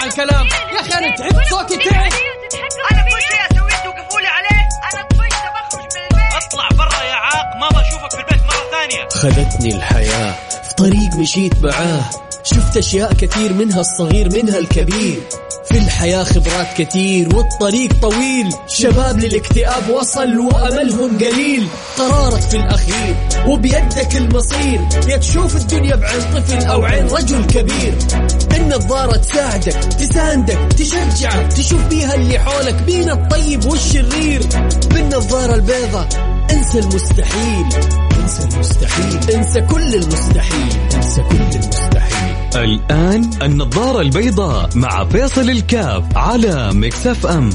هالكلام يا أخي؟ أنا تعبت صوتي تعب. أنا كل شيء أسويه توقفوا لي عليه. أنا طفشت بخرج من البيت. اطلع برا يا عاق، ما بشوفك في البيت مرة ثانية. خذتني الحياة في طريق مشيت معاه، شفت أشياء كثير منها الصغير منها الكبير. في الحياة خبرات كتير والطريق طويل، شباب للاكتئاب وصل وأملهم قليل. قرارك في الأخير وبيدك المصير، يا تشوف الدنيا بعين طفل أو عين رجل كبير. النظارة تساعدك تساندك تشجعك، تشوف بيها اللي حولك بين الطيب والشرير. بالنظارة البيضة انسى المستحيل، انسى المستحيل، انسى كل المستحيل، انسى كل المستحيل. الآن النظارة البيضاء مع فيصل الكاف على ميكس اف ام.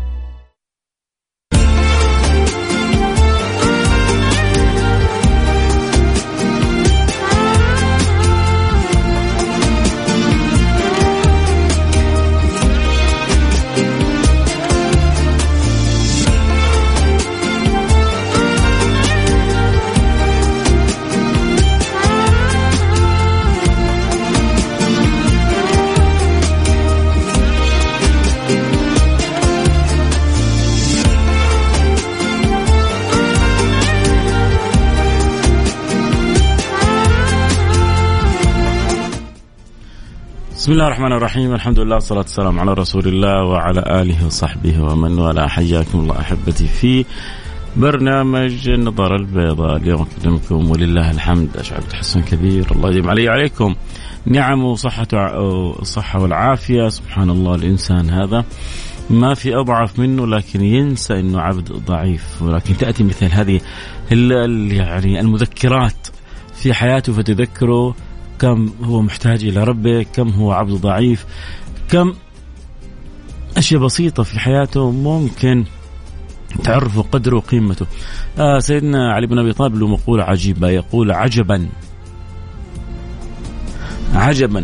بسم الله الرحمن الرحيم، الحمد لله والصلاة والسلام على رسول الله وعلى آله وصحبه ومن والاه. حياكم الله أحبتي في برنامج النظارة البيضاء. اليوم أكلمكم ولله الحمد، أشعر بتحسن كبير، الله يديم علي عليكم نعم وصحة والعافية. سبحان الله، الإنسان هذا ما في أضعف منه، لكن ينسى أنه عبد ضعيف. ولكن تأتي مثل هذه يعني المذكرات في حياته فتذكره كم هو محتاج إلى ربه، كم هو عبد ضعيف، كم أشياء بسيطة في حياته ممكن تعرفوا قدره وقيمته. سيدنا علي بن أبي طالب له مقولة عجيبة، يقول عجبا عجبا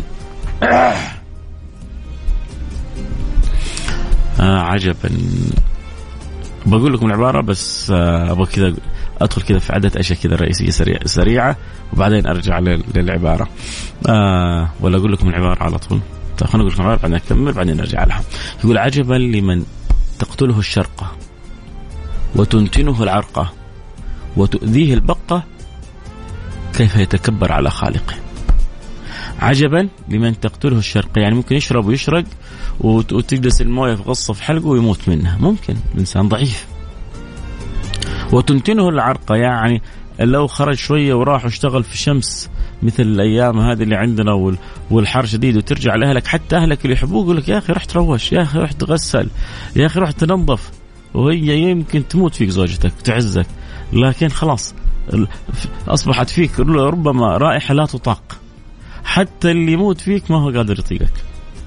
عجبا. بقول لكم العبارة بس أبغى كذا أدخل كذا في عدة أشياء كذا رئيسية سريعة وبعدين أرجع للعبارة. ولا أقول لكم العبارة على طول؟ طيب خلينا نقول لكم العبارة بعدين أكمل بعدين نرجع لها. يقول عجبا لمن تقتله الشرقة وتنتنه العرقة وتؤذيه البقة، كيف يتكبر على خالقه. عجبا لمن تقتله الشرقة، يعني ممكن يشرب ويشرق وتجلس الموية في غصة في حلقه ويموت منها، ممكن إنسان ضعيف. وتنتنه العرقة، يعني لو خرج شوية وراح واشتغل في الشمس مثل الأيام هذه اللي عندنا والحر شديد وترجع لأهلك، حتى أهلك اللي يحبوه يقول لك يا أخي رح تروش، يا أخي رح تغسل، يا أخي رح تنظف، وهي يمكن تموت فيك زوجتك تعزك، لكن خلاص أصبحت فيك ربما رائحة لا تطاق، حتى اللي يموت فيك ما هو قادر يطيقك.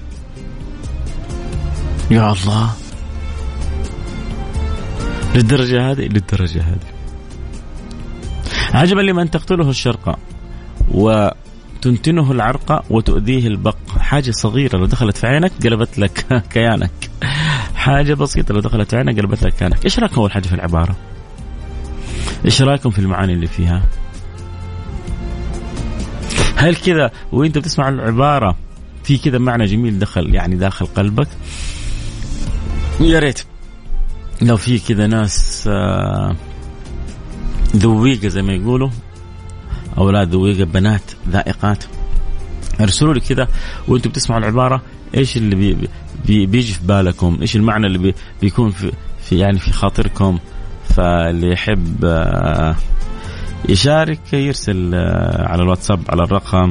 يا الله، للدرجة هذه. عجبا لمن تقتله الشرقة وتنتنه العرقة وتؤذيه البق. حاجة صغيرة لو دخلت في عينك قلبت لك كيانك، حاجة بسيطة لو دخلت في عينك قلبت لك كيانك. إيش رأيكم أول حاجة في العبارة؟ إيش رأيكم في المعاني اللي فيها؟ هل كذا وإنت بتسمع العبارة في كذا معنى جميل داخل قلبك؟ يا ريت لو في كذا ناس ذويقة زي ما يقولوا، أولاد ذويقة، بنات ذائقات، ارسلوا لي كذا وانتم بتسمعوا العبارة ايش اللي بيجي في بالكم، ايش المعنى اللي بيكون في خاطركم. فاللي يحب يشارك يرسل على الواتساب على الرقم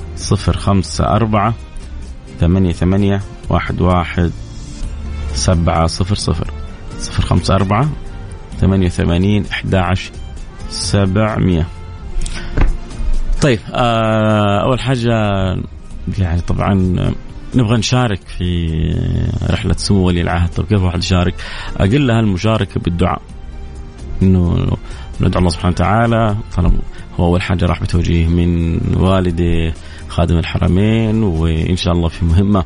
054-88-11-700 054-88-11-700. طيب أول حاجة يعني طبعا نبغى نشارك في رحلة سمو ولي العهد. طيب كيف واحد يشارك؟ أقلها المشاركة بالدعاء، إنه ندعو الله سبحانه وتعالى. طالما هو أول حاجة راح بتوجيه من والدي خادم الحرمين، وإن شاء الله في مهمة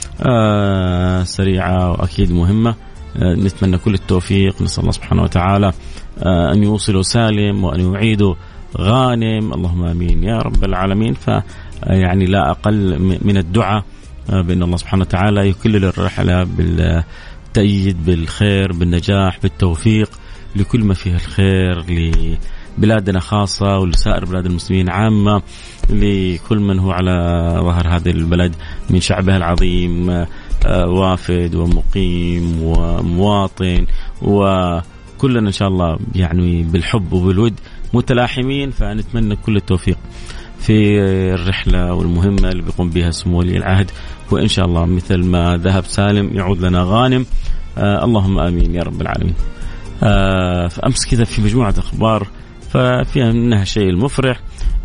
سريعة وأكيد مهمة، نتمنى كل التوفيق. نسأل الله سبحانه وتعالى أن يوصله سالم وأن يعيده غانم، اللهم آمين يا رب العالمين. فيعني لا أقل من الدعاء بأن الله سبحانه وتعالى يكلل الرحلة بالتأييد بالخير بالنجاح بالتوفيق لكل ما فيه الخير لبلادنا خاصة ولسائر بلاد المسلمين عامة، لكل من هو على ظهر هذه البلد من شعبها العظيم وافد ومقيم ومواطن، وكلنا إن شاء الله يعني بالحب وبالود متلاحمين. فنتمنى كل التوفيق في الرحلة والمهمة اللي بيقوم بها سمو ولي العهد، وإن شاء الله مثل ما ذهب سالم يعود لنا غانم. اللهم آمين يا رب العالمين. فأمس كذا في مجموعة أخبار ففيها منها الشيء المفرح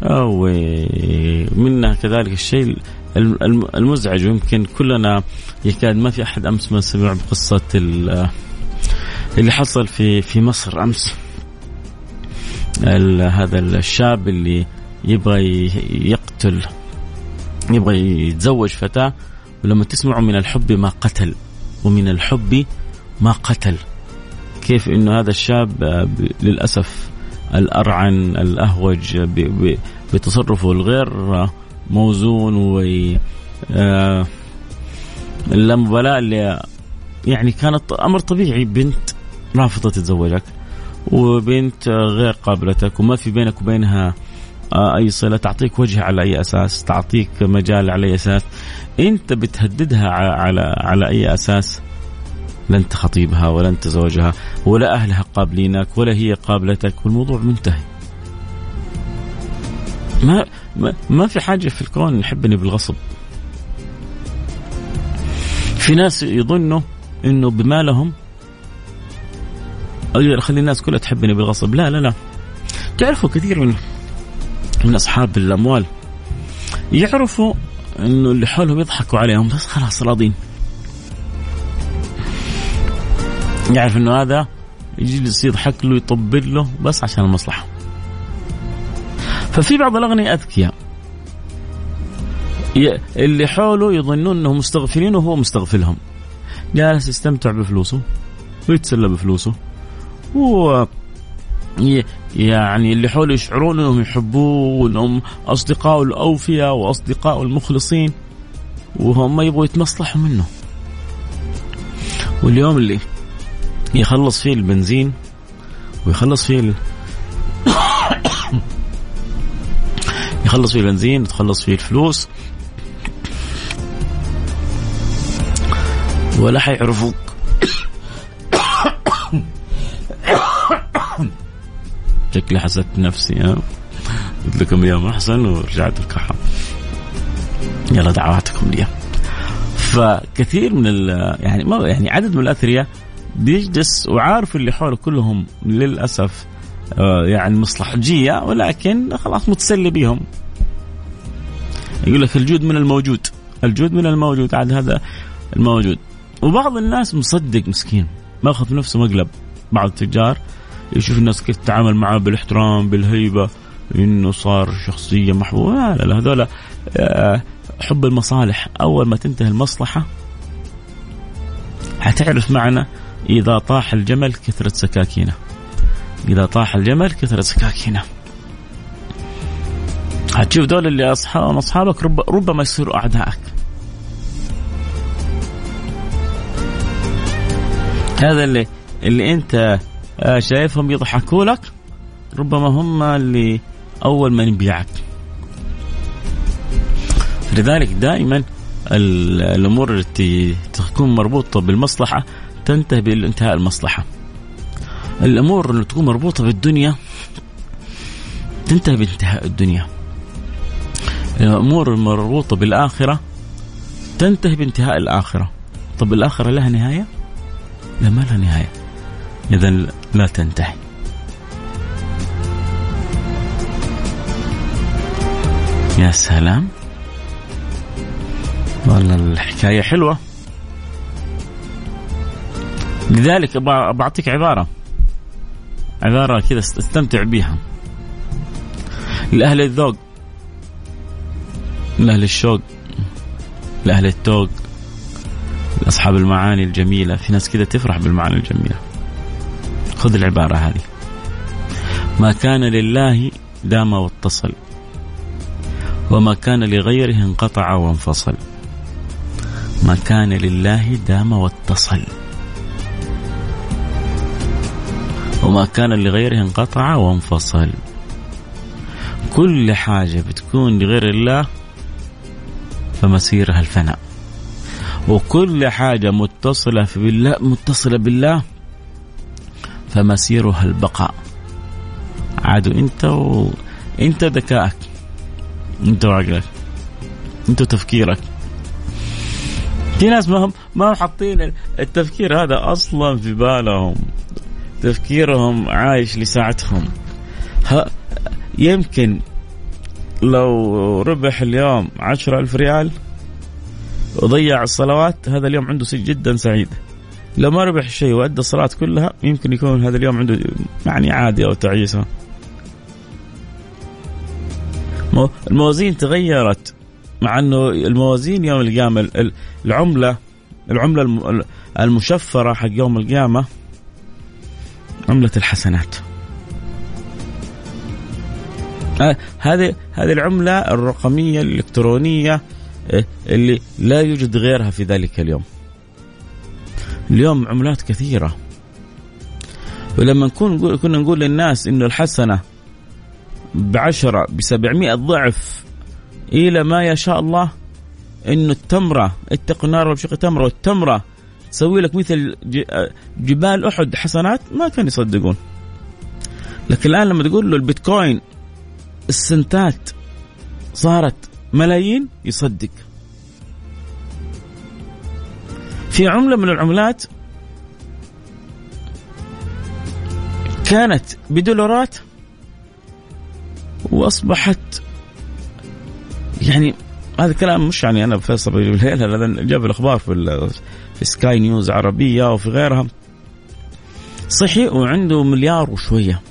ومنها كذلك الشيء المزعج، ويمكن كلنا يكاد ما في أحد أمس ما سمع بقصة اللي حصل في مصر أمس. هذا الشاب اللي يبغى يتزوج فتاة، ولما تسمعوا من الحب ما قتل ومن الحب ما قتل. كيف إنه هذا الشاب للأسف الأرعن الأهوج بتصرفه الغير موزون اللامبالاة اللي يعني كانت أمر طبيعي، بنت رافضة تتزوجك وبنت غير قابلتك وما في بينك وبينها أي صلة، تعطيك وجه على أي أساس، تعطيك مجال على أي أساس، أنت بتهددها على أي أساس؟ لا أنت خطيبها ولا أنت زوجها ولا أهلها قابلينك ولا هي قابلتك، والموضوع منتهي. ما في حاجة في الكون نحبني بالغصب. في ناس يظنوا إنه بمالهم خلي الناس كلها تحبني بالغصب. لا لا لا، تعرفوا كثير من أصحاب الأموال يعرفوا إنه اللي حولهم يضحكوا عليهم بس خلاص راضين، يعرف إنه هذا يجلس يضحك له يطبل له بس عشان المصلحة. ففي بعض الأغنياء أذكياء اللي حوله يظنون أنهم مستغفلين وهو مستغفلهم، جالس يستمتع بفلوسه ويتسلى بفلوسه، يعني اللي حوله يشعرون أنهم يحبوه وأنهم أصدقاء الأوفياء وأصدقاء المخلصين، وهم يبغوا يتمصلحوا منه. واليوم اللي يخلص فيه البنزين ويخلص فيه يخلص فيه البنزين وتخلص فيه الفلوس ولا حيعرفوك. شكلي حسدت نفسي، قلت لكم يا محسن ورجعت الكحة. يلا دعواتكم لي. فكثير من يعني عدد من الأثرياء بيجلس وعارف اللي حوله كلهم للأسف يعني مصلحجية، ولكن خلاص متسلي بيهم. يقول لك الجود من الموجود، الجود من الموجود، عاد هذا الموجود. وبعض الناس مصدق مسكين ما أخذ نفسه مقلب. بعض التجار يشوف الناس كيف تتعامل معه بالاحترام بالهيبة، إنه صار شخصية محبوبة. لا هذول حب المصالح. أول ما تنتهي المصلحة هتعرف معنى إذا طاح الجمل كثرت سكاكينه. إذا طاح الجمل كثرت سكاكينه. هتشوف دول اللي أصحابك ربما يصيروا أعدائك. هذا اللي أنت شايفهم يضحكوا لك ربما هم اللي أول ما يبيعك. لذلك دائما الأمور التي تكون مربوطة بالمصلحة تنتهي بانتهاء المصلحة. الأمور اللي تكون مربوطة بالدنيا تنتهي بانتهاء الدنيا. الأمور المربوطة بالآخرة تنتهي بانتهاء الآخرة. طب الآخرة لها نهاية؟ لا، ما لها نهاية، إذن لا تنتهي. يا سلام، والله الحكاية حلوة. لذلك بعطيك عبارة كذا استمتع بيها. لأهل الذوق، لأهل الشوق، لأهل التوق، لأصحاب المعاني الجميلة. في ناس كذا تفرح بالمعاني الجميلة. خذ العبارة هذه: ما كان لله دام واتصل، وما كان لغيره انقطع وانفصل. ما كان لله دام واتصل، وما كان لغيره انقطع وانفصل. كل حاجة بتكون لغير الله فمسيرها الفناء، وكل حاجة متصلة بالله فمسيرها البقاء. عادوا انت ذكائك، انت وعقلك، انت تفكيرك. في ناس ما هم حاطين التفكير هذا اصلا في بالهم، تفكيرهم عايش لساعتهم. يمكن لو ربح اليوم 10,000 ريال وضيع الصلوات هذا اليوم عنده جدا سعيد. لو ما ربح شيء وأدى الصلاة كلها يمكن يكون هذا اليوم عنده يعني عادي أو تعيسة. الموازين تغيرت، مع أنه الموازين يوم القيامة العملة المشفرة حق يوم القيامة عملة الحسنات. هذه العملة الرقمية الإلكترونية اللي لا يوجد غيرها في ذلك اليوم. اليوم عملات كثيرة، ولما كنا نقول للناس إنه الحسنة ب10 ب700 ضعف إلى ما يشاء الله، إنه التمرة اتقوا النار وبشق تمرة، والتمرة تسوي لك مثل جبال أحد حسنات، ما كانوا يصدقون. لكن الآن لما تقول له البيتكوين السنتات صارت ملايين يصدق. في عملة من العملات كانت بدولارات وأصبحت، يعني هذا الكلام مش يعني أنا فيصل بالهيل، هذا جاب الأخبار في سكاي نيوز عربية وفي غيرها، صحي وعنده مليار وشوية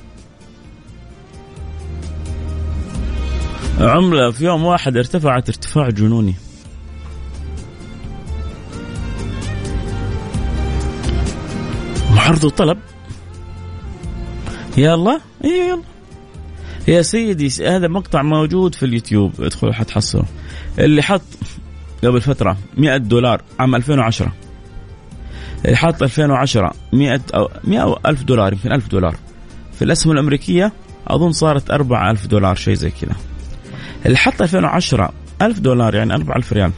عملة في يوم واحد ارتفعت ارتفاع جنوني. عرض وطلب، يا الله يلا يا سيدي. هذا مقطع موجود في اليوتيوب، ادخل حتحصله. اللي حط قبل فترة $100 عام 2010، اللي حط 2010 100 أو $1,000 يمكن $1,000 في الأسهم الأمريكية، أظن صارت $4,000 شيء زي كذا. اللي حط 2010 $1,000 يعني 4,000 ريال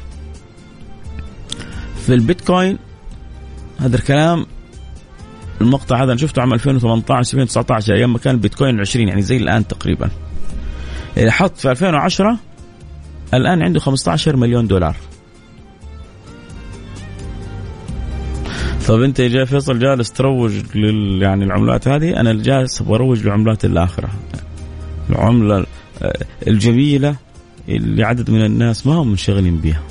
في البيتكوين. هذا الكلام المقطع هذا أنا شفته عام 2018 2019 أيام ما كان البيتكوين 20 يعني زي الآن تقريبا. اللي حط في 2010 الآن عنده $15 مليون. طب أنت جاي فيصل جالس تروج يعني العملات هذه، أنا جالس بروج لعملات الآخرة، العملة الجميلة اللي عدد من الناس ما هم منشغلين بها.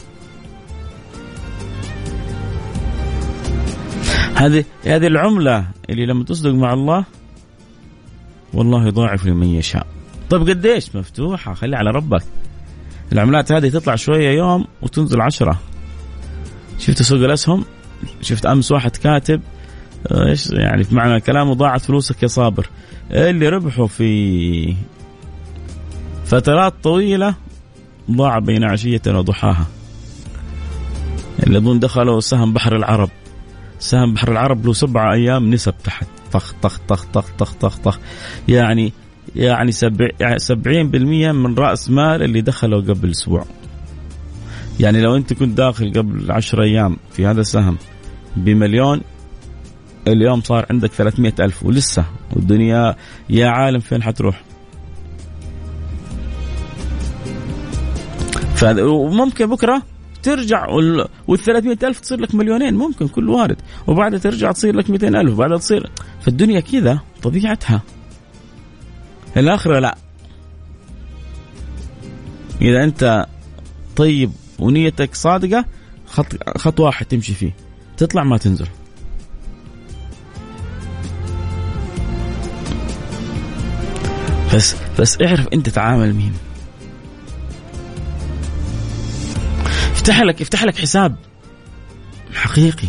هذه العملة اللي لما تصدق مع الله والله يضاعف لمن يشاء. طيب قديش؟ مفتوحة، خلي على ربك. العملات هذه تطلع شوية يوم وتنزل 10. شفت سوق الأسهم؟ شفت أمس واحد كاتب إيش يعني في معنى كلامه، ضاعت فلوسك يا صابر. اللي ربحوا في فترات طويلة ضاع بين عشية وضحاها. اللي أظن دخلوا سهم بحر العرب، سهم بحر العرب له 7 أيام نسب تحت طخ طخ طخ طخ طخ طخ طخ، يعني 70% من رأس مال اللي دخلوا قبل أسبوع. يعني لو أنت كنت داخل قبل 10 أيام في هذا السهم ب1,000,000، اليوم صار عندك 300,000 ولسه، والدنيا يا عالم فين حتروح. وممكن بكرة ترجع وال300,000 تصير لك 2,000,000، ممكن كل وارد، وبعدها ترجع تصير لك 200,000، وبعدها تصير. فالدنيا كذا طبيعتها. الآخرة لا، إذا أنت طيب ونيتك صادقة خط واحد تمشي فيه، تطلع ما تنزل. بس اعرف أنت تعامل مين. افتح لك حساب حقيقي.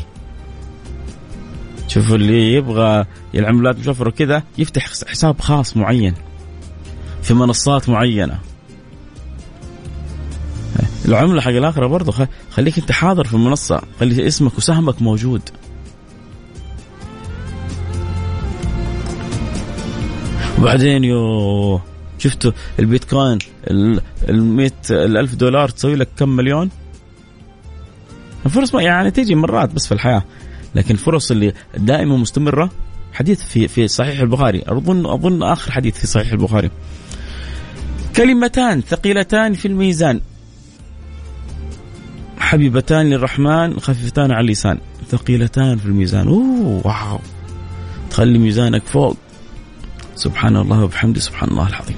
شوفوا اللي يبغى العملات مشفرة كذا يفتح حساب خاص معين في منصات معينة، العملة حق الآخرة برضو خليك أنت حاضر في المنصة، خلي اسمك وسهمك موجود. وبعدين شفتوا البيتكوين $100,000 تسوي لك كم مليون. الفرص يعني تيجي مرات بس في الحياة، لكن الفرص اللي دائما مستمرة. حديث في صحيح البخاري، أظن آخر حديث في صحيح البخاري: كلمتان ثقيلتان في الميزان حبيبتان للرحمن خفيفتان على اللسان. ثقيلتان في الميزان، واو، تخلي ميزانك فوق. سبحان الله وبحمده سبحان الله العظيم.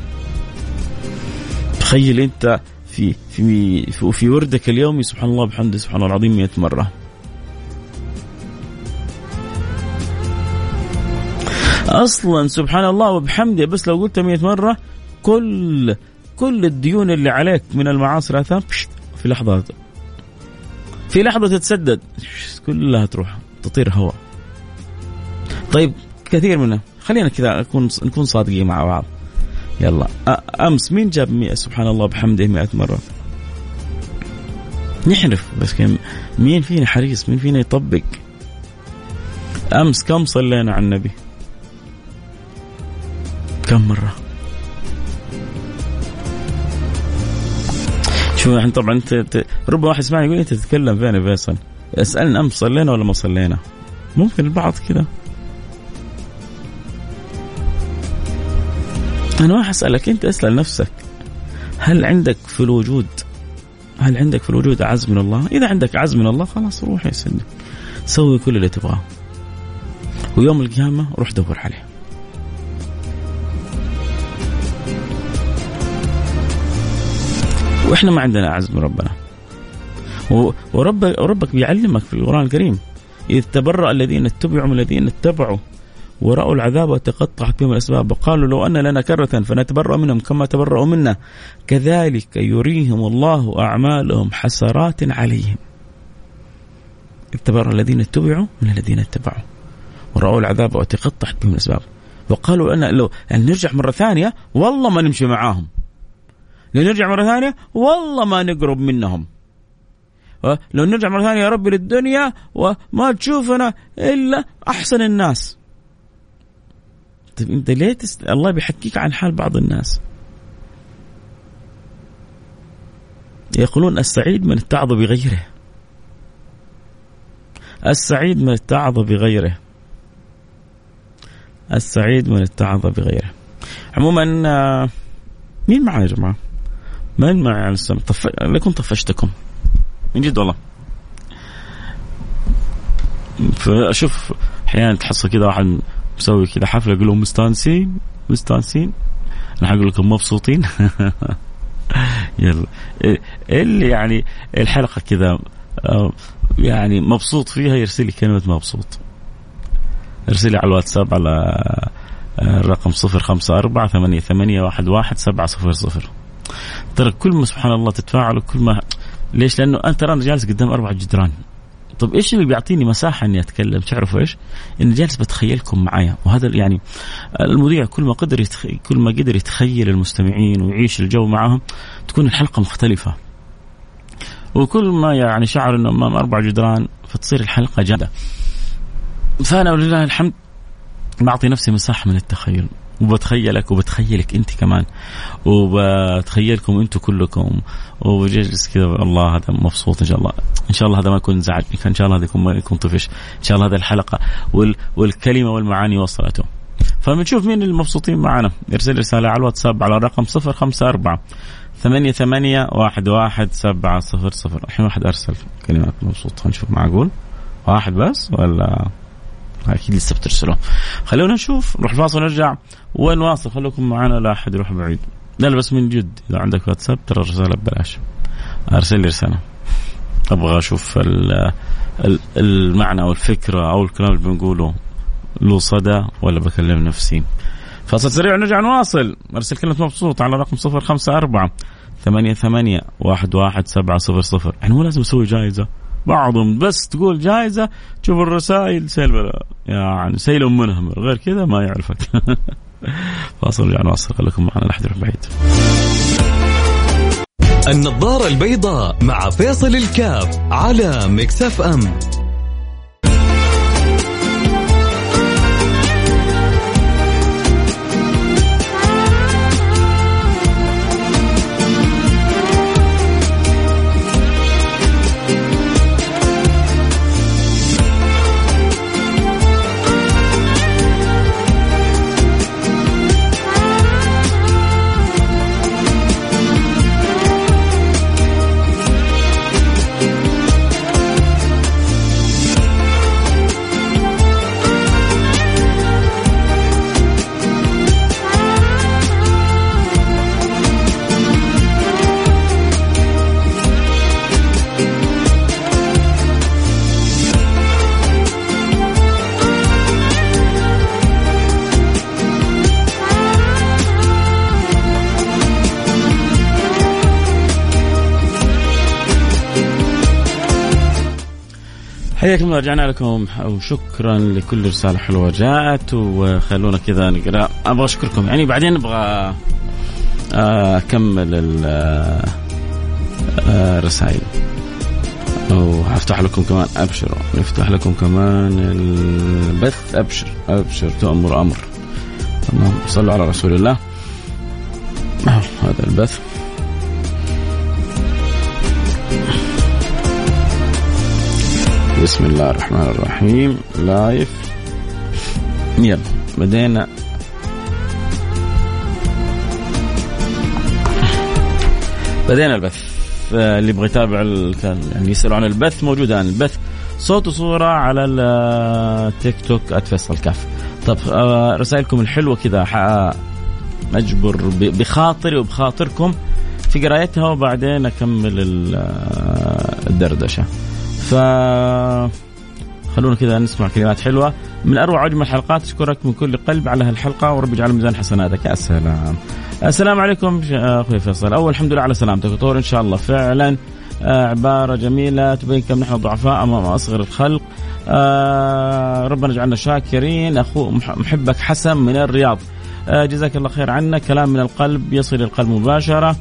تخيل أنت في وردك اليومي سبحان الله وبحمده سبحان الله العظيم 100 مرة. أصلا سبحان الله وبحمده بس لو قلت 100 مرة كل الديون اللي عليك من المعاصي والآثام في لحظة تتسدد، كلها تروح تطير هواء. طيب كثير منها، خلينا كذا نكون صادقين مع بعض. يلا أمس مين جاب 100 سبحان الله بحمده 100 مرة؟ نحرف بس مين فينا حريص؟ مين فينا يطبق؟ أمس كم صلينا على النبي؟ كم مرة؟ شو الحين طبعا انت ربما واحد يسمعني يقول انت تتكلم فين يا فيصل؟ اسألني أمس صلينا ولا ما صلينا؟ ممكن البعض كذا. أنا ما حسألك، أنت أسأل نفسك، هل عندك في الوجود عزم من الله؟ إذا عندك عزم من الله خلاص روح يا سيدي سوي كل اللي تبغاه، ويوم القيامة روح دور عليه. وإحنا ما عندنا عزم ربنا، وربك بيعلمك في القرآن الكريم: إذ تبرأ الذين اتبعوا من الذين اتبعوا ورأوا العذاب وتقطعت بهم الأسباب وقالوا لو أن لنا كرة فنتبرأ منهم كما تبرأوا منا كذلك يريهم الله أعمالهم حسرات عليهم. تبرأ الذين اتبعوا من الذين اتبعوا ورأوا العذاب وتقطعت بهم الأسباب وقالوا لو نرجع مرة ثانية والله ما نمشي معاهم، لو نرجع مرة ثانية والله ما نقرب منهم، لو نرجع مرة ثانية يا رب للدنيا وما تشوفنا إلا أحسن الناس. طيب انت ليه الله بيحكيك عن حال بعض الناس؟ يقولون السعيد من اتعظ بغيره، السعيد من اتعظ بغيره، السعيد من اتعظ بغيره. عموما مين معي يا جماعة؟ من معي على السمع؟ لكم طفشتكم من جد والله. فأشوف أحيانا تحصل كذا واحد مسوي كذا حفلة يقول لهم مستانسين، أنا هقول لكم مبسوطين. يلا اللي يعني الحلقة كذا يعني مبسوط فيها يرسل لي كلمة مبسوط، ارسلي على الواتساب على الرقم 0548811700. ترى كل ما سبحان الله تتفاعل كل ما، ليش؟ لأنه أنت أنا جالس قدام 4 جدران. طب إيش اللي بيعطيني مساحة إني أتكلم؟ تعرفوا إيش؟ إني جالس بتخيلكم معايا، وهذا يعني المذيع كل ما قدر يتخيل المستمعين ويعيش الجو معهم تكون الحلقة مختلفة، وكل ما يعني شعر إنه أمام 4 جدران فتصير الحلقة جادة. فأنا ولله الحمد بعطي نفسي مساحة من التخيل، وبتخيلك وبتخيلك أنت كمان، وبتخيلكم أنتوا كلكم، وبجلس كذا الله هذا مبسوط إن شاء الله، إن شاء الله هذا ما يكون زعج، إن شاء الله هذا ما يكون طفش، إن شاء الله هذا الحلقة والكلمة والمعاني وصلته. فبنشوف مين المبسوطين معنا. يرسل رسالة على الواتساب على الرقم 0548811700. الحين واحد أرسل كلمات مبسوط، نشوف معقول واحد بس ولا أكيد لسه بترسلوا؟ خلونا نشوف، نروح فاصل ونرجع ونواصل. خلوكم معنا، لا أحد يروح بعيد. لا بس من جد إذا عندك واتساب ترى الرسالة ببلاش، أرسل لي رسالة أبغى أشوف المعنى أو الفكرة أو الكلام اللي بنقوله له صدى ولا بكلم نفسي. فاصل سريع ونرجع نواصل. أرسل كلمة مبسوط على رقم 0548811700. يعني مو لازم أسوي جائزة، بعضهم بس تقول جائزة تشوف الرسائل يعني سيل منهمر، غير كذا ما يعرفك. فاصل يعني واصل، خليكم معنا لا أحد يروح بعيد. النظارة البيضاء مع فيصل الكاف على ميكس اف ام. حياكم، رجعنا لكم وشكرا لكل رسالة حلوة جاءت. وخلونا كذا نقرأ. أبغى أشكركم، يعني بعدين أبغى أكمل الرسائل وهفتح لكم كمان. أبشروا، نفتح لكم كمان البث. أبشر تؤمر أمر. تمام، صلوا على رسول الله. هذا البث. بسم الله الرحمن الرحيم. لايف. يلا بدينا. البث. اللي يبغى يتابع يعني يسأل عن البث، موجود الآن البث صوت وصورة على التيك توك @فيصل كاف. طب رسائلكم الحلوة كذا أجبر بخاطري وبخاطركم في قرايتها، وبعدين أكمل الدردشة. فخلونا كذا نسمع كلمات حلوة من أروع وأجمل الحلقات. أشكرك من كل قلب على هالحلقة، ورب يجعل ميزان حسناتك. يا سلام. السلام عليكم أخوي فيصل. أول الحمد لله على سلامتك وطور إن شاء الله. فعلا عبارة جميلة تبين كم نحن ضعفاء أمام أصغر الخلق. ربنا يجعلنا شاكرين. أخو محبك حسن من الرياض. جزاك الله خير عنا. كلام من القلب يصل القلب مباشرة.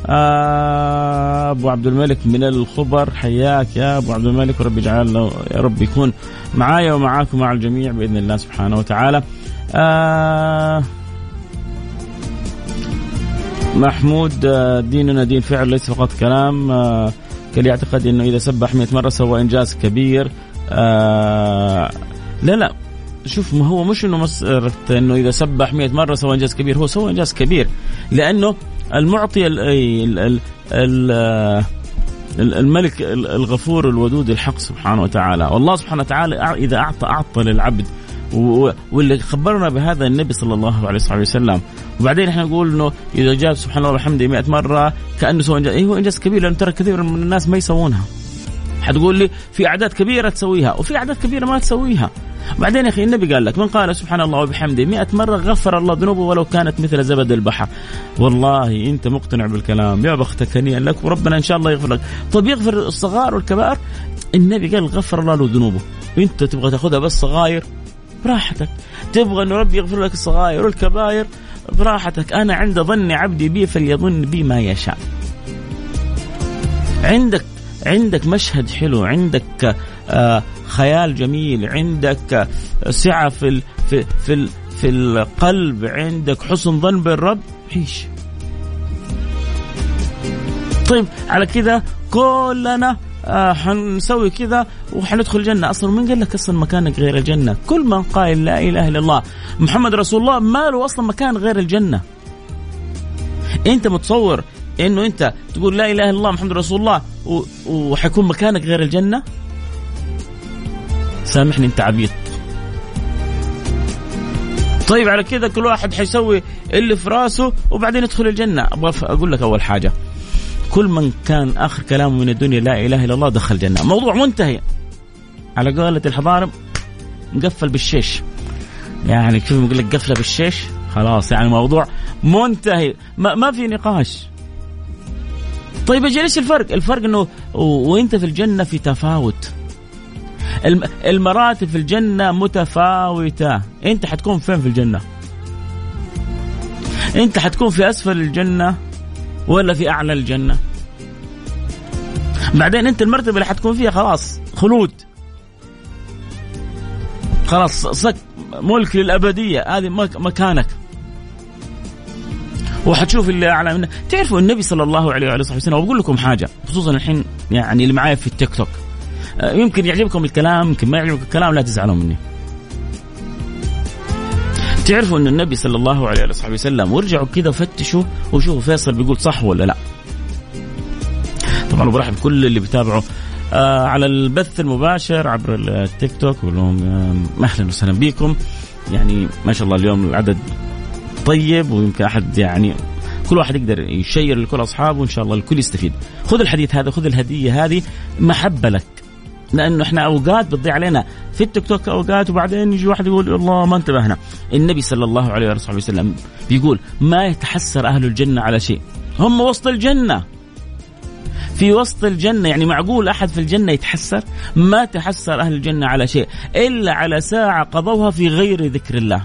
أبو عبد الملك من الخبر، حياك يا أبو عبد الملك، ورب يجعل يا رب يكون معايا ومعاكم مع الجميع بإذن الله سبحانه وتعالى. محمود، ديننا دين فعل ليس فقط كلام. كل يعتقد أنه إذا سبح 100 مرة سوى إنجاز كبير. لا شوف، ما هو مش إنه مسألة إنه إذا سبح 100 مرة سوى إنجاز كبير. هو سوى إنجاز كبير لأنه المعطي الملك الغفور الودود الحق سبحانه وتعالى. والله سبحانه وتعالى إذا أعطى للعبد، واللي خبرنا بهذا النبي صلى الله عليه وسلم. وبعدين احنا نقول انه اذا جاب سبحان الله وبحمده 100 مره كانه سوى انجاز. هو انجاز كبير، لان ترى كثير من الناس ما يسوونها. حتقول لي في اعداد كبيره تسويها وفي اعداد كبيره ما تسويها. بعدين يا اخي النبي قال لك من قال سبحان الله وبحمده 100 مره غفر الله ذنوبه ولو كانت مثل زبد البحر. والله انت مقتنع بالكلام، يا بختك هنيئا لك، وربنا ان شاء الله يغفر لك. طب يغفر الصغار والكبائر؟ النبي قال غفر الله له ذنوبه. انت تبغى تاخذها بس صغاير براحتك، تبغى انه ربي يغفر لك الصغائر والكبائر براحتك. انا عند ظن عبدي بي فليظن بي ما يشاء. عندك مشهد حلو، عندك خيال جميل، عندك سعة في القلب، عندك حسن ظن بالرب، عيش. طيب على كذا كلنا حنسوي كذا وحندخل الجنة. أصلا من قال لك أصلا مكانك غير الجنة؟ كل من قال لا إله إلا الله محمد رسول الله ما له أصلا مكان غير الجنة. أنت متصور إنه أنت تقول لا إله إلا الله محمد رسول الله وحيكون مكانك غير الجنة؟ سامحني أنت عبيط. طيب على كذا كل واحد حيسوي اللي في راسه وبعدين يدخل الجنة. أبغى أقول لك أول حاجة، كل من كان آخر كلامه من الدنيا لا إله إلا الله دخل الجنة. موضوع منتهي. على قولة الحضارة مقفل بالشيش، يعني كيف يقول لك قفلة بالشيش، خلاص يعني موضوع منتهي، ما في نقاش. طيب أجل إيش الفرق؟ الفرق إنه وإنت في الجنة في تفاوت، المراتب في الجنة متفاوتة. أنت حتكون فين في الجنة؟ أنت حتكون في أسفل الجنة ولا في أعلى الجنة؟ بعدين أنت المرتبة اللي حتكون فيها خلاص خلود، خلاص صك ملك للأبدية، هذه مكانك، وحتشوف اللي أعلى منه. تعرفوا النبي صلى الله عليه وآله وسلم، وبقول لكم حاجة خصوصا الحين يعني اللي معايا في التيك توك، يمكن يعجبكم الكلام يمكن ما يعجبكم الكلام، لا تزعلوا مني. تعرفوا أن النبي صلى الله عليه وآله وسلم وارجعوا كذا وفتشوا وشوفوا فيصل بيقول صح ولا لا. طبعا برحب كل اللي بيتابعوا على البث المباشر عبر التيك توك، بقول لهم أهلا وسهلا بكم. يعني ما شاء الله اليوم العدد طيب، ويمكن أحد يعني كل واحد يقدر يشير لكل أصحابه، وإن شاء الله الكل يستفيد. خذ الحديث هذا، خذ الهدية هذه، محبة لك، لأنه إحنا أوقات بتضيع علينا في التيك توك أوقات، وبعدين يجي واحد يقول الله ما انتبهنا. النبي صلى الله عليه وسلم بيقول ما يتحسر أهل الجنة على شيء، هم وسط الجنة، في وسط الجنة، يعني معقول أحد في الجنة يتحسر؟ ما تحسر أهل الجنة على شيء إلا على ساعة قضوها في غير ذكر الله.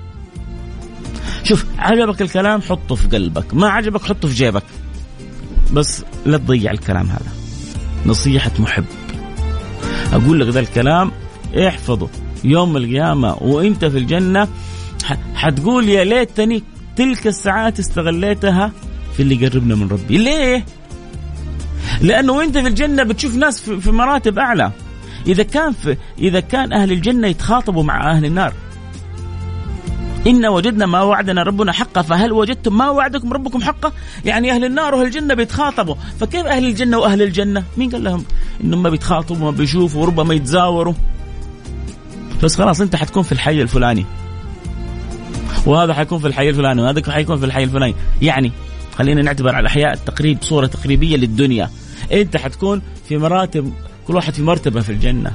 شوف، عجبك الكلام حطه في قلبك، ما عجبك حطه في جيبك، بس لا تضيع الكلام هذا. نصيحة محب، أقول لك ذا الكلام احفظه يوم القيامة وإنت في الجنة، حتقول يا ليتني تلك الساعات استغليتها في اللي قربنا من ربي. ليه؟ لأنه وإنت في الجنة بتشوف ناس في مراتب أعلى. إذا كان أهل الجنة يتخاطبوا مع أهل النار، إن وجدنا ما وعدنا ربنا حقا فهل وجدتم ما وعدكم ربكم حقا؟ يعني أهل النار وأهل الجنة بيتخاطبوا، فكيف أهل الجنة وأهل الجنة؟ مين قال لهم إنهم ما بيتخاطبوا وما بيشوفوا وربما يتزاوروا؟ بس خلاص أنت حتكون في الحي الفلاني، وهذا حيكون في الحي الفلاني، وهذا حيكون في الحي الفلاني. يعني خلينا نعتبر على الأحياء التقريب صورة تقريبية للدنيا. أنت حتكون في مراتب، كل واحد في مرتبة في الجنة،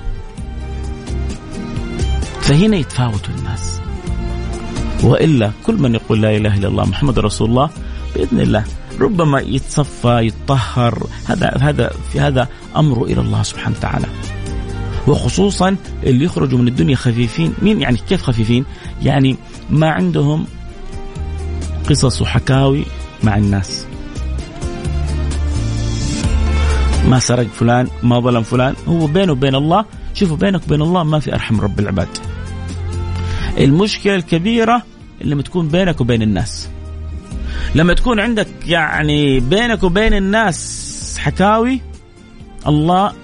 فهنا يتفاوتوا الناس. وإلا كل من يقول لا إله إلا الله محمد رسول الله بإذن الله ربما يتصفى يتطهر. هذا أمره إلى الله سبحانه وتعالى. وخصوصا اللي يخرجوا من الدنيا خفيفين. مين يعني كيف خفيفين؟ يعني ما عندهم قصص وحكاوي مع الناس، ما سرق فلان، ما ظلم فلان، هو بينه وبين الله. شوفوا بينك وبين الله ما في أرحم رب العباد. المشكلة الكبيرة لما تكون بينك وبين الناس، لما تكون عندك يعني بينك وبين الناس حكاوي. الله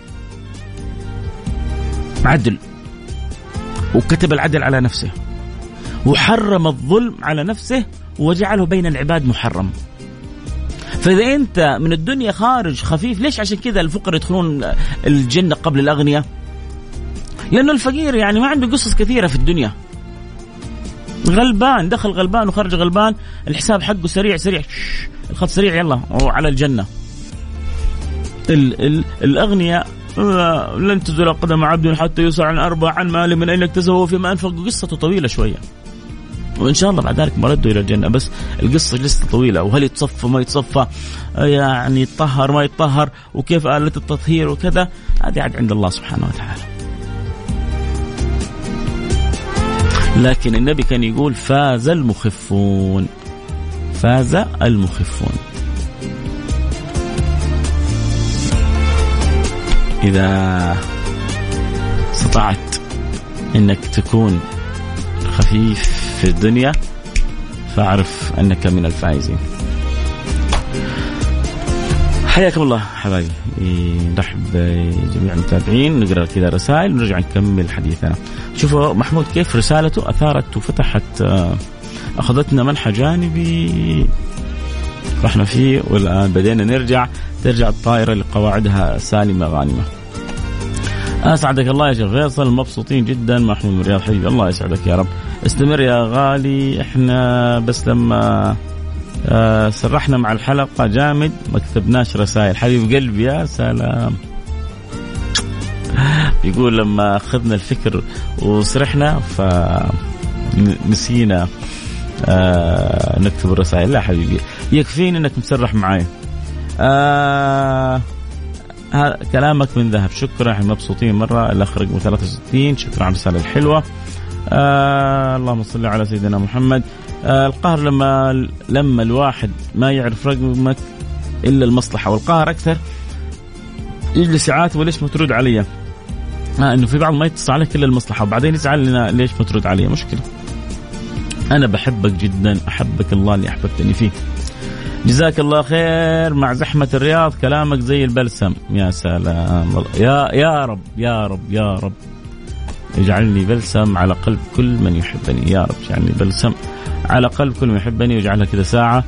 عدل وكتب العدل على نفسه، وحرم الظلم على نفسه، وجعله بين العباد محرم. فإذا أنت من الدنيا خارج خفيف، ليش؟ عشان كذا الفقراء يدخلون الجنة قبل الأغنياء، لأنه الفقير يعني ما عنده قصص كثيرة في الدنيا، غلبان، دخل غلبان وخرج غلبان، الحساب حقه سريع الخط سريع، يلا على الجنة. الأغنياء لن تزول قدم عبد حتى يسأل عن 4 عن مال من أين اكتسبه فيما أنفق. قصته طويلة شوية، وإن شاء الله بعد ذلك مرده إلى الجنة، بس القصة لسه طويلة. وهل يتصفى ما يتصفى، يعني يتطهر ما يتطهر، وكيف آلة التطهير وكذا، هذه عاد عند الله سبحانه وتعالى. لكن النبي كان يقول فاز المخفون، فاز المخفون. إذا استطعت أنك تكون خفيف في الدنيا فاعرف أنك من الفائزين. حياكم الله حبايبي، نرحب بجميع المتابعين، نقرأ كذا رسائل ونرجع نكمل حديثنا. شوفوا محمود كيف رسالته أثارت وفتحت، أخذتنا منحى جانبي رحنا فيه، والآن بدينا ترجع الطائرة لقواعدها سالمة غانمة. أسعدك الله يا شيخ فيصل، مبسوطين جدا. محمود من الرياض حبيبي، الله يسعدك يا رب، استمر يا غالي. احنا بس لما سرحنا مع الحلقة جامد ما كتبناش رسائل. حبيب قلبي يا سلام، بيقول لما أخذنا الفكر وسرحنا فنسينا نكتب الرسائل. لا حبيبي، يكفيني انك مسرح معايا. كلامك من ذهب، شكرا، احنا مبسوطين مرة. الأخ رقم 63 شكرا على الرسالة الحلوة. اللهم صل على سيدنا محمد. القهر لما الواحد ما يعرف رقمك إلا المصلحة، والقهر أكثر يجلس ساعات وليش ما ترد علي؟ إنه في بعض ما يتصل عليك إلا المصلحة وبعدين يزعل لنا ليش ما ترد علي. مشكلة. أنا بحبك جدا، أحبك الله اللي أحببتني فيه. جزاك الله خير. مع زحمة الرياض كلامك زي البلسم. يا سلام. يا رب يا رب يا رب اجعلني بلسم على قلب كل من يحبني. يا رب اجعلني بلسم على قلب كل من يحبني، واجعلها كذا ساعة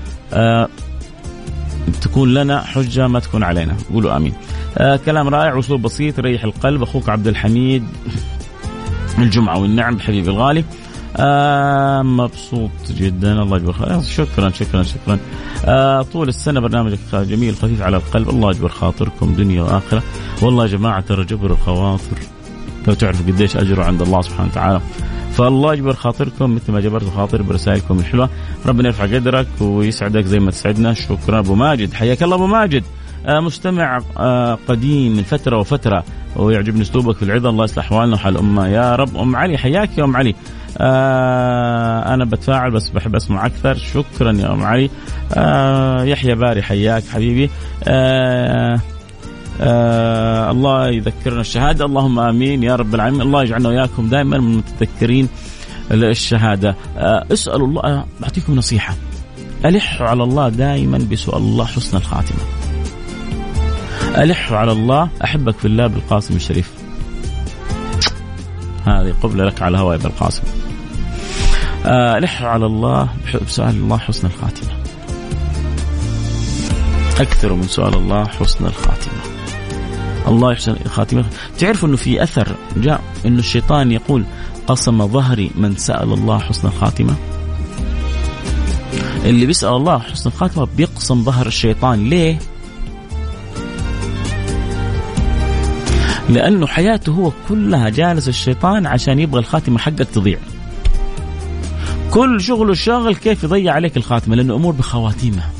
تكون لنا حجة ما تكون علينا. قولوا آمين. كلام رائع وأسلوب بسيط يريح القلب. أخوك عبد الحميد الجمعة والنعم حبيبي الغالي. مبسوط جدا. الله يجبر خاطرك. شكرا شكرا شكرا. طول السنة برنامجك جميل خفيف على القلب. الله يجبر خاطركم دنيا وآخرة. والله يا جماعة ترى جبر الخواطر لو تعرفوا قديش أجره عند الله سبحانه وتعالى. فالله يجبر خاطركم مثل ما جبرتوا خاطر برسائلكم الحلوة. ربنا يرفع قدرك ويسعدك زي ما تسعدنا. شكرا أبو ماجد. حياك الله أبو ماجد. مستمع قديم من فترة وفترة ويعجبني أسلوبك في العظة. الله يصلح حوالنا وحال أمة يا رب. أم علي حياك يا أم علي. أنا بتفاعل بس بحب أسمع أكثر. شكرا يا أم علي. يحيى باري حياك حبيبي. الله يذكرنا الشهادة. اللهم آمين يا رب العالمين. الله يجعلنا وياكم دائما من متذكرين الشهادة. اسألوا الله. بعطيكم نصيحة، ألحوا على الله دائما بسؤال الله حسن الخاتمة. ألحوا على الله. أحبك في الله بالقاسم الشريف. هذه قبلة لك على هواء بالقاسم. ألحوا على الله بسؤال الله حسن الخاتمة. أكثر من سؤال الله حسن الخاتمة. الله يحسن الخاتمة. تعرفوا أنه في أثر جاء أنه الشيطان يقول قسم ظهري من سأل الله حسن الخاتمة. اللي بيسأل الله حسن الخاتمة بيقسم ظهر الشيطان. ليه؟ لأنه حياته هو كلها جالس الشيطان عشان يبغى الخاتمة حقك تضيع. كل شغله الشاغل كيف يضيع عليك الخاتمة، لأنه أمور بخواتيمها.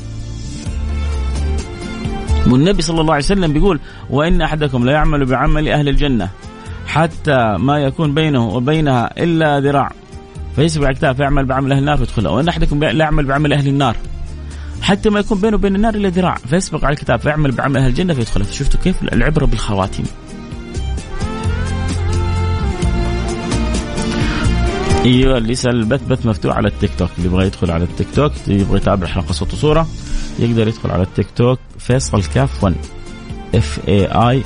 والنبي صلى الله عليه وسلم بيقول وإن أحدكم لا يعمل بعمل أهل الجنة حتى ما يكون بينه وبينها إلا ذراع فيسبق أكتاف فيعمل بعمل أهل النار فيدخلها. وإن أحدكم لا يعمل بعمل أهل النار حتى ما يكون بينه وبين النار إلا ذراع فيسبق على الكتاب فيعمل بعمل أهل الجنة فيدخلها. شفتوا كيف العبرة بالخواتيم. ايوه اللي يسأل البث مفتوح على التيك توك. اللي يبغى يدخل على التيك توك يبغى يتابع حلقة صوت وصورة يقدر يدخل على التيك توك فيصل كاف 1 FAISALKAF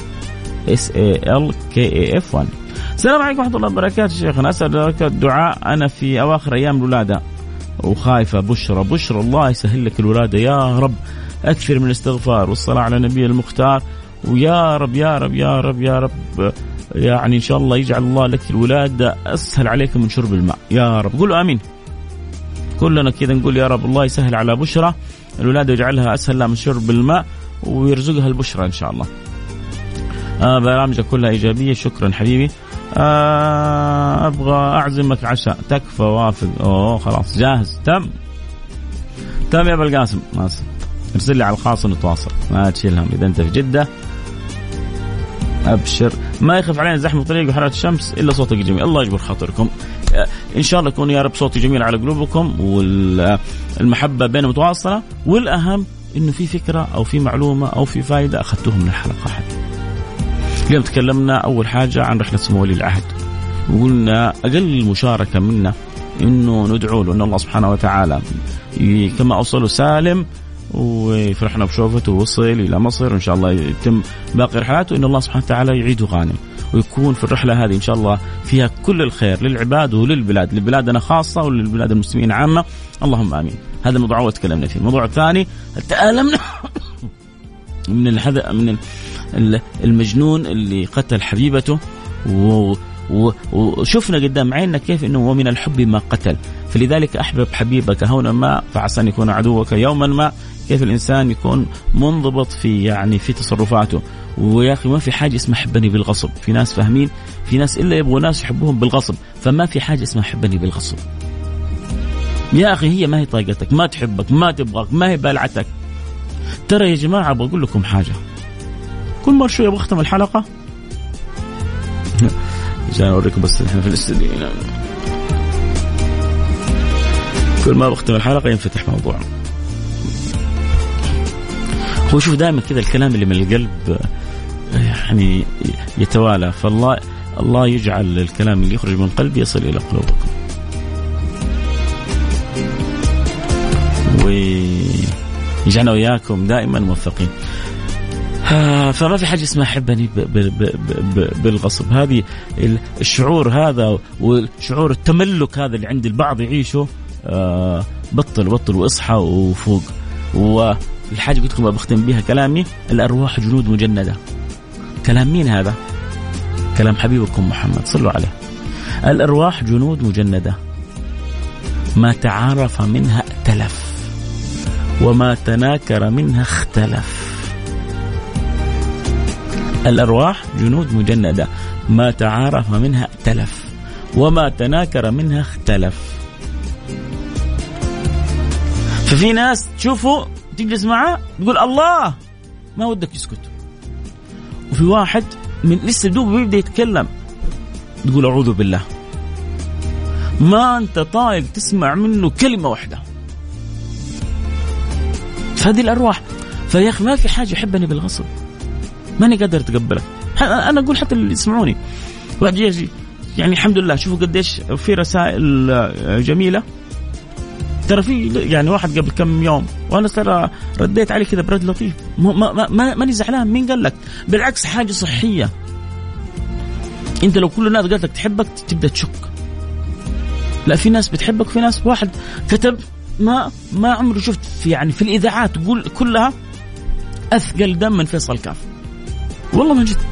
1. السلام عليكم ورحمة الله وبركاته. شيخنا أسأل الدعاء. أنا في أواخر أيام الولادة وخايفة. بشرى الله يسهل لك الولادة يا رب. أكثر من الاستغفار والصلاة على النبي المختار. ويا رب يا رب يا رب يا رب يعني إن شاء الله يجعل الله لك الولادة أسهل عليك من شرب الماء يا رب. قولوا آمين. كلنا كذا نقول يا رب الله يسهل على بشرى الولادة ويجعلها أسهل لها من شرب الماء ويرزقها البشرى إن شاء الله. برامجك كلها إيجابية. شكرا حبيبي. أبغى أعزمك عشاء. تكفى وافق. خلاص جاهز. تم يا أبو القاسم. ارسل لي على الخاص ونتواصل. ما تشيل هم إذا أنت في جدة. أبشر. ما يخف علينا زحمة الطريق وحرارة الشمس إلا صوتك جميل. الله يجبر خاطركم. إن شاء الله يكون يا رب صوتي جميل على قلوبكم والمحبة بيننا متواصلة. والأهم إنه في فكرة أو في معلومة أو في فائدة أخذتوها من الحلقة هذه. اليوم تكلمنا أول حاجة عن رحلة سمو ولي العهد وقلنا أقل مشاركة منا إنه ندعو له إن الله سبحانه وتعالى كما أوصله سالم وفرحنا بشوفته ووصل إلى مصر وإن شاء الله يتم باقي رحلاته. إن الله سبحانه وتعالى يعيده غانم ويكون في الرحلة هذه إن شاء الله فيها كل الخير للعباد وللبلاد. لبلادنا خاصة وللبلاد المسلمين عامة. اللهم آمين. هذا الموضوع وتكلمنا فيه. الموضوع الثاني تألمنا من المجنون اللي قتل حبيبته وشفنا قدام عيننا كيف إنه ومن الحب ما قتل. فلذلك أحبب حبيبك هونا ما فعسى أن يكون عدوك يوما ما. كيف الإنسان يكون منضبط في تصرفاته. ويا أخي ما في حاجة اسمها حبني بالغصب. في ناس فاهمين. في ناس إلا يبغوا ناس يحبوهم بالغصب. فما في حاجة اسمها حبني بالغصب يا أخي. هي ما هي طاقتك ما تحبك ما تبغاك ما هي بالعتك. ترى يا جماعة بقول لكم حاجة. كل مرة شوية بختم الحلقة عشان أوريكم بس إحنا في الاستديو. كل ما بختم الحلقة ينفتح موضوع. هو شوف دائما كذا الكلام اللي من القلب يعني يتوالى. فالله الله يجعل الكلام اللي يخرج من قلبي يصل إلى قلوبكم، ويجعلنا وياكم دائما موفقين. فما في حاجة اسمها حبني بالغصب. هذه الشعور هذا والشعور التملك هذا اللي عند البعض يعيشه، بطل واصحى وفوق. والحاجة قلت لكم بختم بها كلامي، الأرواح جنود مجندة. كلام مين هذا؟ كلام حبيبكم محمد، صلوا عليه. الأرواح جنود مجندة، ما تعارف منها ائتلف، وما تناكر منها اختلف. الأرواح جنود مجندة، ما تعارف منها ائتلف، وما تناكر منها اختلف. ففي ناس تشوفه تجلس معه تقول الله، ما ودك يسكت. وفي واحد من لسه دوب بيبدأ يتكلم تقول أعوذ بالله، ما أنت طايق تسمع منه كلمة واحدة. فهذه الأرواح. فيا أخي ما في حاجة يحبني بالغصب، ماني قادر أتقبلك. أنا أقول حتى اللي يسمعوني واحد يجي يعني الحمد لله، شوفوا قديش في رسائل جميلة. ترى في يعني واحد قبل كم يوم وأنا ترى رديت عليه كذا برد لطيف، ماني زعلان. مين قال لك؟ بالعكس حاجة صحية. أنت لو كل الناس قالت لك تحبك تبدأ تشك. لا، في ناس بتحبك، في ناس. واحد كتب ما عمره شفت في يعني في الإذاعات تقول كلها أثقل دم من فيصل كاف. والله من جد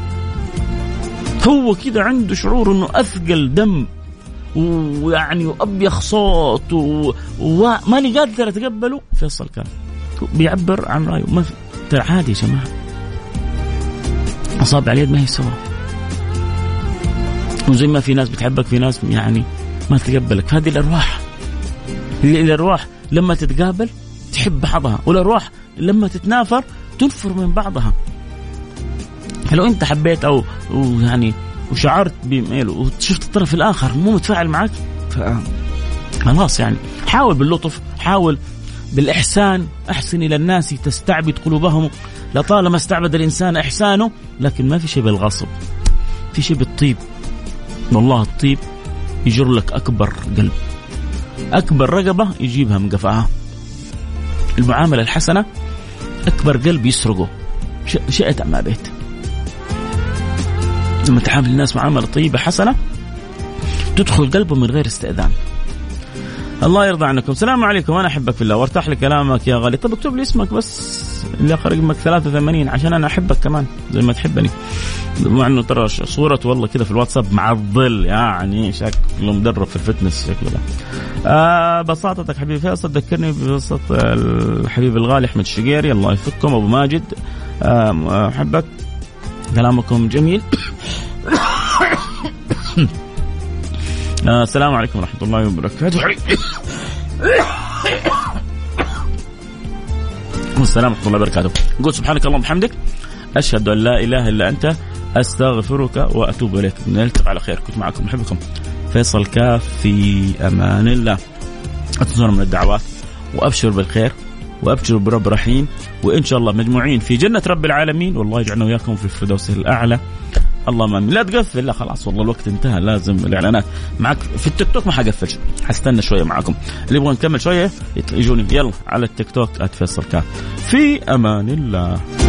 هو كذا عنده شعور إنه أثقل دم ويعني وأبيخ صوت وماني قادر أتقبله. فيصل كاف بيعبر عن رأيه، ما ترى عادي يا جماعة، أصابع اليد ما هي سوا. وزي ما في ناس بتحبك في ناس يعني ما تتقبلك. هذه الأرواح. الأرواح لما تتقابل تحب بعضها، والأرواح لما تتنافر تنفر من بعضها. لو أنت حبيت أو يعني وشعرت بميل وشفت الطرف الآخر مو متفاعل معك، خلاص يعني حاول باللطف، حاول بالإحسان. أحسن إلى الناس تستعبد قلوبهم، لطالما استعبد الإنسان إحسانه. لكن ما في شيء بالغصب، في شيء بالطيب. والله الطيب يجر لك أكبر قلب، أكبر رقبة يجيبها من قفاها. المعاملة الحسنة أكبر قلب يسرقه، شئت أم أبيت. لما تعامل الناس معاملة طيبة حسنة تدخل قلبه من غير استئذان. الله يرضى عنكم. السلام عليكم، أنا أحبك في الله وارتاح لكلامك يا غالي. طب اكتب لي اسمك بس اللي آخر رقمك 83 عشان أنا أحبك كمان زي ما تحبني. مع إنه ترى صورة والله كذا في الواتساب مع الظل، يعني شكله مدرب في الفتنس شكله ده. بساطتك حبيبي فيصل ذكرني ببساطة الحبيب الغالي أحمد الشقيري، الله يفككم. أبو ماجد أحبك، كلامكم جميل. السلام عليكم ورحمة الله وبركاته. والسلام ورحمة الله وبركاته. قول سبحانك اللهم وبحمدك، أشهد أن لا إله إلا أنت، أستغفرك وأتوب إليك. نلتقي على خير. كنت معكم محبكم فيصل كاف، في أمان الله. أتنسون من الدعوات، وأبشر بالخير، وأبشر برب رحيم، وإن شاء الله مجموعين في جنة رب العالمين، والله يجعلنا وياكم في الفردوس الأعلى. اللهم امين. لا تقفل، لا خلاص والله الوقت انتهى، لازم الاعلانات معك في التيك توك. ما حقفل، حستنى شويه معكم. اللي يبغون نكمل شويه يجوني يلا على التيك توك @فيصل كاف. في امان الله.